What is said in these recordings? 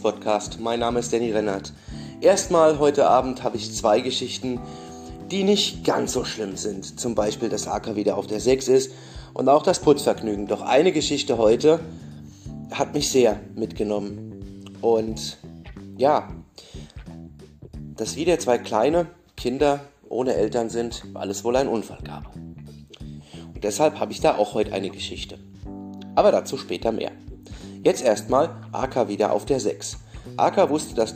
Podcast. Mein Name ist Danny Rennert. Erstmal heute Abend habe ich 2 Geschichten, die nicht ganz so schlimm sind. Zum Beispiel, dass Aka wieder auf der 6 ist und auch das Putzvergnügen. Doch eine Geschichte heute hat mich sehr mitgenommen. Und ja, dass wieder 2 kleine Kinder ohne Eltern sind, weil es wohl einen Unfall gab. Und deshalb habe ich da auch heute eine Geschichte. Aber dazu später mehr. Jetzt erstmal Aka wieder auf der 6. Aka wusste, dass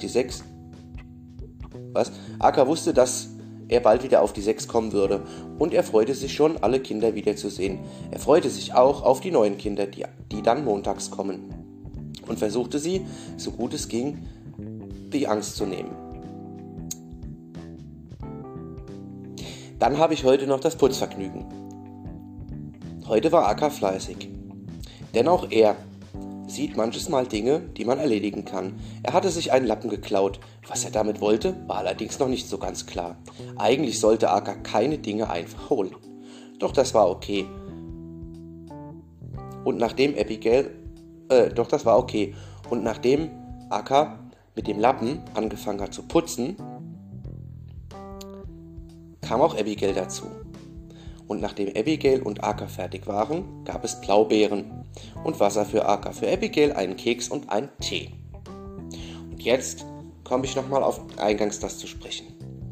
er bald wieder auf die 6 kommen würde. Und er freute sich schon, alle Kinder wiederzusehen. Er freute sich auch auf die neuen Kinder, die dann montags kommen. Und versuchte sie, so gut es ging, die Angst zu nehmen. Dann habe ich heute noch das Putzvergnügen. Heute war Aka fleißig. Denn auch er sieht manches Mal Dinge, die man erledigen kann. Er hatte sich einen Lappen geklaut. Was er damit wollte, war allerdings noch nicht so ganz klar. Eigentlich sollte Aka keine Dinge einfach holen. Doch das war okay. Und nachdem Aka mit dem Lappen angefangen hat zu putzen, kam auch Abigail dazu. Und nachdem Abigail und Aka fertig waren, gab es Blaubeeren und Wasser für Aka, für Abigail einen Keks und einen Tee. Und jetzt komme ich nochmal auf eingangs das zu sprechen.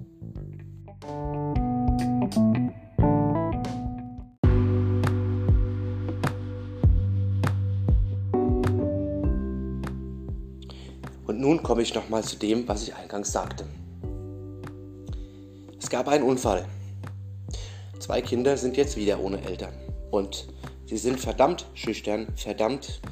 Und nun komme ich nochmal zu dem, was ich eingangs sagte. Es gab einen Unfall. 2 Kinder sind jetzt wieder ohne Eltern. Und sie sind verdammt schüchtern, verdammt,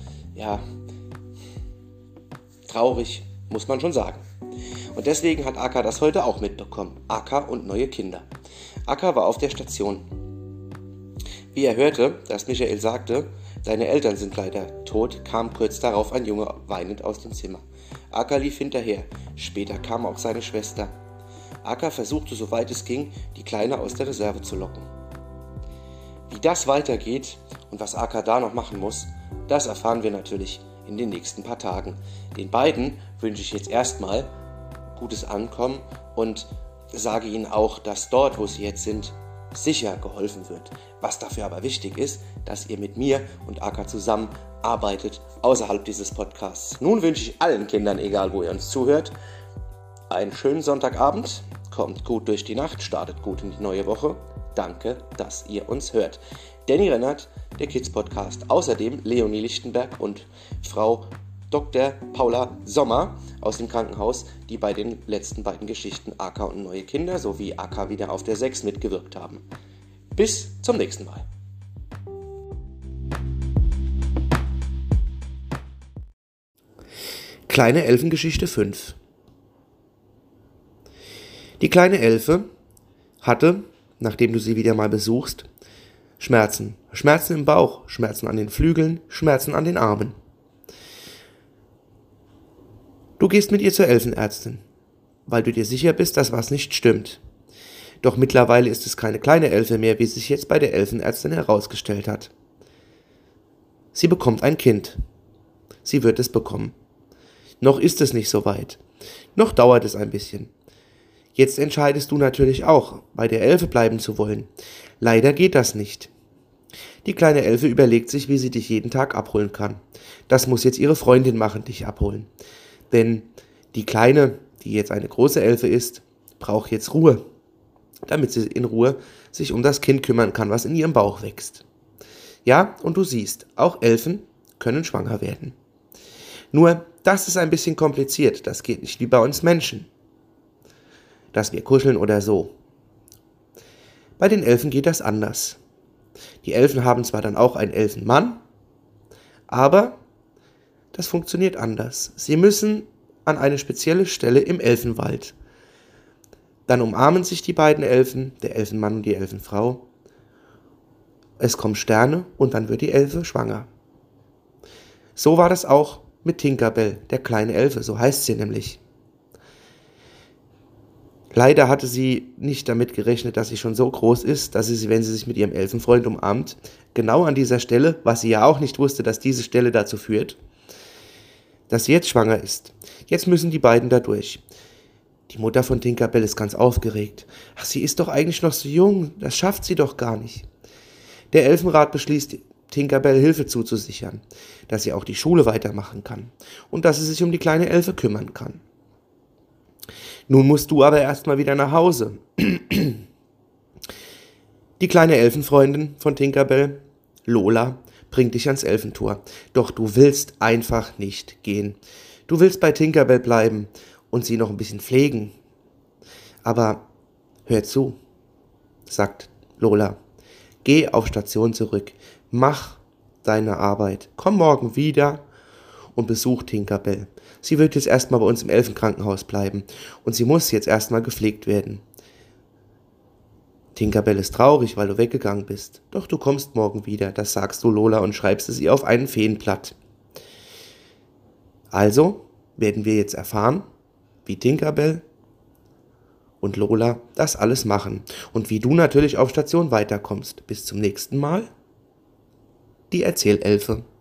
traurig, muss man schon sagen. Und deswegen hat Aka das heute auch mitbekommen. Aka und neue Kinder. Aka war auf der Station. Wie er hörte, dass Michael sagte, seine Eltern sind leider tot, kam kurz darauf ein Junge weinend aus dem Zimmer. Aka lief hinterher. Später kam auch seine Schwester. Aka versuchte, soweit es ging, die Kleine aus der Reserve zu locken. Wie das weitergeht und was Aka da noch machen muss, das erfahren wir natürlich in den nächsten paar Tagen. Den beiden wünsche ich jetzt erstmal gutes Ankommen und sage ihnen auch, dass dort, wo sie jetzt sind, sicher geholfen wird. Was dafür aber wichtig ist, dass ihr mit mir und Aka zusammen arbeitet außerhalb dieses Podcasts. Nun wünsche ich allen Kindern, egal wo ihr uns zuhört, einen schönen Sonntagabend, kommt gut durch die Nacht, startet gut in die neue Woche. Danke, dass ihr uns hört. Danny Rennert, der Kids Podcast. Außerdem Leonie Lichtenberg und Frau Dr. Paula Sommer aus dem Krankenhaus, die bei den letzten beiden Geschichten Aka und neue Kinder sowie Aka wieder auf der 6 mitgewirkt haben. Bis zum nächsten Mal. Kleine Elfengeschichte 5. Die kleine Elfe hatte, nachdem du sie wieder mal besuchst, Schmerzen. Schmerzen im Bauch, Schmerzen an den Flügeln, Schmerzen an den Armen. Du gehst mit ihr zur Elfenärztin, weil du dir sicher bist, dass was nicht stimmt. Doch mittlerweile ist es keine kleine Elfe mehr, wie sich jetzt bei der Elfenärztin herausgestellt hat. Sie bekommt ein Kind. Sie wird es bekommen. Noch ist es nicht so weit. Noch dauert es ein bisschen. Jetzt entscheidest du natürlich auch, bei der Elfe bleiben zu wollen. Leider geht das nicht. Die kleine Elfe überlegt sich, wie sie dich jeden Tag abholen kann. Das muss jetzt ihre Freundin machen, dich abholen. Denn die Kleine, die jetzt eine große Elfe ist, braucht jetzt Ruhe, damit sie in Ruhe sich um das Kind kümmern kann, was in ihrem Bauch wächst. Ja, und du siehst, auch Elfen können schwanger werden. Nur, das ist ein bisschen kompliziert, das geht nicht wie bei uns Menschen, dass wir kuscheln oder so. Bei den Elfen geht das anders. Die Elfen haben zwar dann auch einen Elfenmann, aber das funktioniert anders. Sie müssen an eine spezielle Stelle im Elfenwald. Dann umarmen sich die beiden Elfen, der Elfenmann und die Elfenfrau. Es kommen Sterne und dann wird die Elfe schwanger. So war das auch mit Tinkerbell, der kleinen Elfe, so heißt sie nämlich. Leider hatte sie nicht damit gerechnet, dass sie schon so groß ist, dass sie, wenn sie sich mit ihrem Elfenfreund umarmt, genau an dieser Stelle, was sie ja auch nicht wusste, dass diese Stelle dazu führt, dass sie jetzt schwanger ist. Jetzt müssen die beiden da durch. Die Mutter von Tinkerbell ist ganz aufgeregt. Ach, sie ist doch eigentlich noch so jung, das schafft sie doch gar nicht. Der Elfenrat beschließt, Tinkerbell Hilfe zuzusichern, dass sie auch die Schule weitermachen kann und dass sie sich um die kleine Elfe kümmern kann. Nun musst du aber erstmal wieder nach Hause. Die kleine Elfenfreundin von Tinkerbell, Lola, bringt dich ans Elfentor. Doch du willst einfach nicht gehen. Du willst bei Tinkerbell bleiben und sie noch ein bisschen pflegen. Aber hör zu, sagt Lola. Geh auf Station zurück. Mach deine Arbeit. Komm morgen wieder und besuch Tinkerbell. Sie wird jetzt erstmal bei uns im Elfenkrankenhaus bleiben und sie muss jetzt erstmal gepflegt werden. Tinkerbell ist traurig, weil du weggegangen bist. Doch du kommst morgen wieder, das sagst du Lola und schreibst es ihr auf ein Feenblatt. Also werden wir jetzt erfahren, wie Tinkerbell und Lola das alles machen und wie du natürlich auf Station weiterkommst. Bis zum nächsten Mal. Die Erzählelfe.